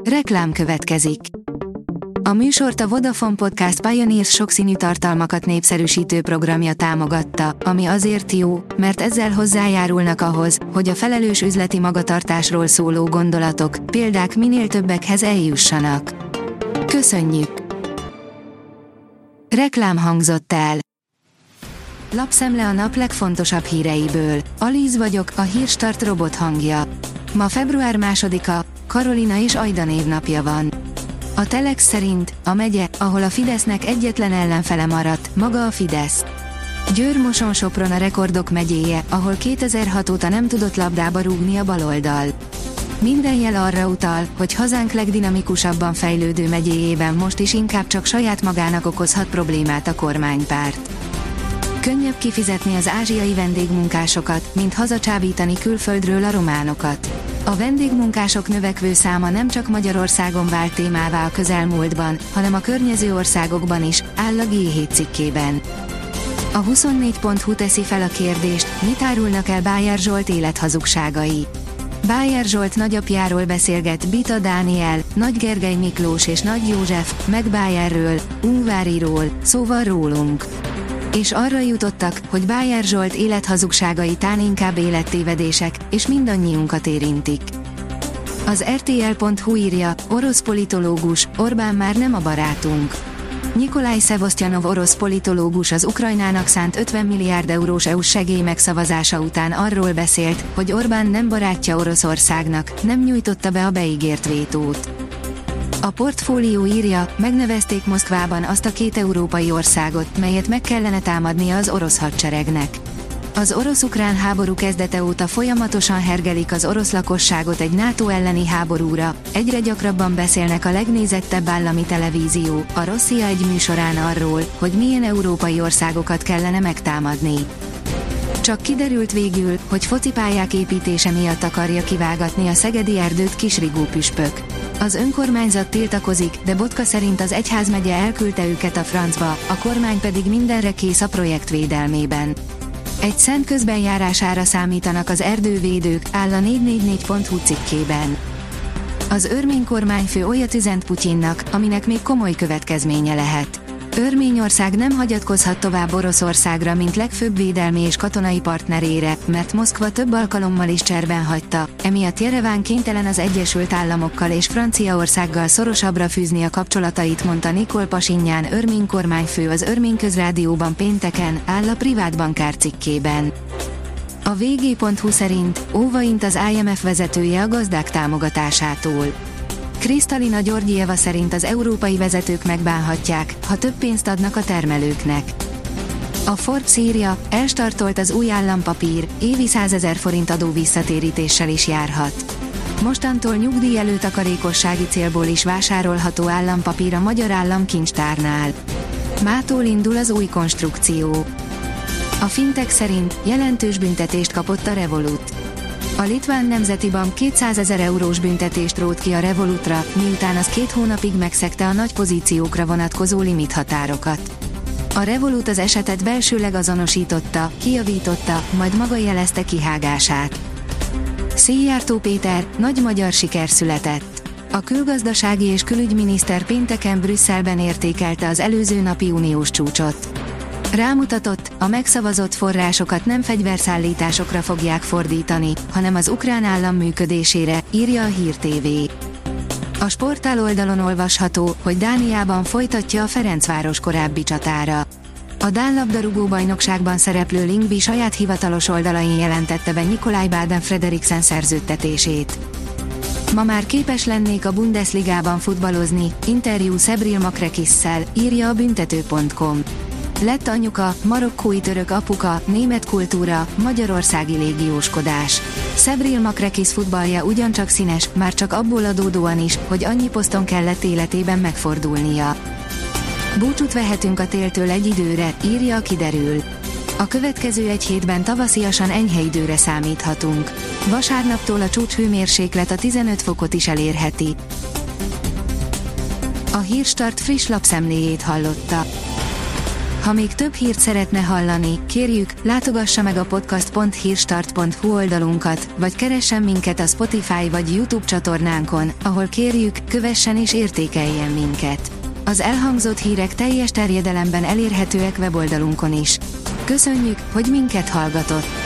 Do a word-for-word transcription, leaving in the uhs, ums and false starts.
Reklám következik. A műsort a Vodafone Podcast Pioneers sokszínű tartalmakat népszerűsítő programja támogatta, ami azért jó, mert ezzel hozzájárulnak ahhoz, hogy a felelős üzleti magatartásról szóló gondolatok, példák minél többekhez eljussanak. Köszönjük! Reklám hangzott el. Lapszemle a nap legfontosabb híreiből. Alíz vagyok, a Hírstart robot hangja. Ma február másodika, Karolina és Ajda névnapja van. A Telex szerint a megye, ahol a Fidesznek egyetlen ellenfele maradt, maga a Fidesz. Győr-Moson-Sopron a rekordok megyéje, ahol kétezer-hat óta nem tudott labdába rúgni a baloldal. Minden jel arra utal, hogy hazánk legdinamikusabban fejlődő megyéjében most is inkább csak saját magának okozhat problémát a kormánypárt. Könnyebb kifizetni az ázsiai vendégmunkásokat, mint hazacsábítani külföldről a románokat. A vendégmunkások növekvő száma nem csak Magyarországon vált témává a közelmúltban, hanem a környező országokban is, áll a gé hét cikkében. A huszonnégy pont hu teszi fel a kérdést, mit árulnak el Bájer Zsolt élethazugságai. Bájer Zsolt nagyapjáról beszélget Bita Dániel, Nagy Gergely Miklós és Nagy József, meg Bájerről, Ungváriról, szóval rólunk. És arra jutottak, hogy Bájer Zsolt élethazugságai tán inkább élettévedések, és mindannyiunkat érintik. Az er té el pont hu írja, orosz politológus, Orbán már nem a barátunk. Nyikolaj Szevosztyanov orosz politológus az Ukrajnának szánt ötven milliárd eurós é u-s segély megszavazása után arról beszélt, hogy Orbán nem barátja Oroszországnak, nem nyújtotta be a beígért vétót. A Portfólió írja, megnevezték Moszkvában azt a két európai országot, melyet meg kellene támadnia az orosz hadseregnek. Az orosz-ukrán háború kezdete óta folyamatosan hergelik az orosz lakosságot egy NATO elleni háborúra, egyre gyakrabban beszélnek a legnézettebb állami televízió, a Rosszia egy műsorán arról, hogy milyen európai országokat kellene megtámadni. Csak kiderült végül, hogy focipályák építése miatt akarja kivágatni a szegedi erdőt Kisrigó püspök. Az önkormányzat tiltakozik, de Botka szerint az egyházmegye elküldte őket a francba, a kormány pedig mindenre kész a projekt védelmében. Egy szent közbenjárására számítanak az erdővédők, áll a négy négy négy pont hu cikkében. Az örmény kormányfő olyat üzent Putyinnak, aminek még komoly következménye lehet. Örményország nem hagyatkozhat tovább Oroszországra, mint legfőbb védelmi és katonai partnerére, mert Moszkva több alkalommal is cserben hagyta, emiatt Jereván kénytelen az Egyesült Államokkal és Franciaországgal szorosabbra fűzni a kapcsolatait, mondta Nikol Pasinján örmény kormányfő az Örmény Közrádióban pénteken, áll a Privát Bankár cikkében. A vé gé pont hu szerint óvaint az i em ef vezetője a gazdák támogatásától. Krisztalina Györgyijeva szerint az európai vezetők megbánhatják, ha több pénzt adnak a termelőknek. A Forbes írja, elstartolt az új állampapír, évi százezer forint adó visszatérítéssel is járhat. Mostantól nyugdíj előtakarékossági célból is vásárolható állampapír a Magyar Államkincstárnál. Mától indul az új konstrukció. A Fintech szerint jelentős büntetést kapott a Revolut. A Litván Nemzeti Bank kétszázezer eurós büntetést rótt ki a Revolutra, miután az két hónapig megszegte a nagy pozíciókra vonatkozó limithatárokat. A Revolut az esetet belsőleg azonosította, kijavította, majd maga jelezte kihágását. Szijjártó Péter, nagy magyar siker született. A külgazdasági és külügyminiszter pénteken Brüsszelben értékelte az előző napi uniós csúcsot. Rámutatott, a megszavazott forrásokat nem fegyverszállításokra fogják fordítani, hanem az ukrán állam működésére, írja a Hír té vé. A sportál oldalon olvasható, hogy Dániában folytatja a Ferencváros korábbi csatára. A dán labdarúgó bajnokságban szereplő Lyngby saját hivatalos oldalain jelentette be Nikolaj Baden Frederiksen szerződtetését. Ma már képes lennék a Bundesligában futballozni, interjú Sebril Makrekisszel, írja a büntető pont com. Lett anyuka, marokkói török apuka, német kultúra, magyarországi légióskodás. Sebril Makrekis futballja ugyancsak színes, már csak abból adódóan is, hogy annyi poszton kellett életében megfordulnia. Búcsút vehetünk a téltől egy időre, írja a Kiderül. A következő egy hétben tavasziasan enyhe időre számíthatunk. Vasárnaptól a csúcshőmérséklet a tizenöt fokot is elérheti. A Hírstart friss lapszemléjét hallotta. Ha még több hírt szeretne hallani, kérjük, látogassa meg a podcast pont hírstart pont hu oldalunkat, vagy keressen minket a Spotify vagy YouTube csatornánkon, ahol kérjük, kövessen és értékeljen minket. Az elhangzott hírek teljes terjedelemben elérhetőek weboldalunkon is. Köszönjük, hogy minket hallgatott!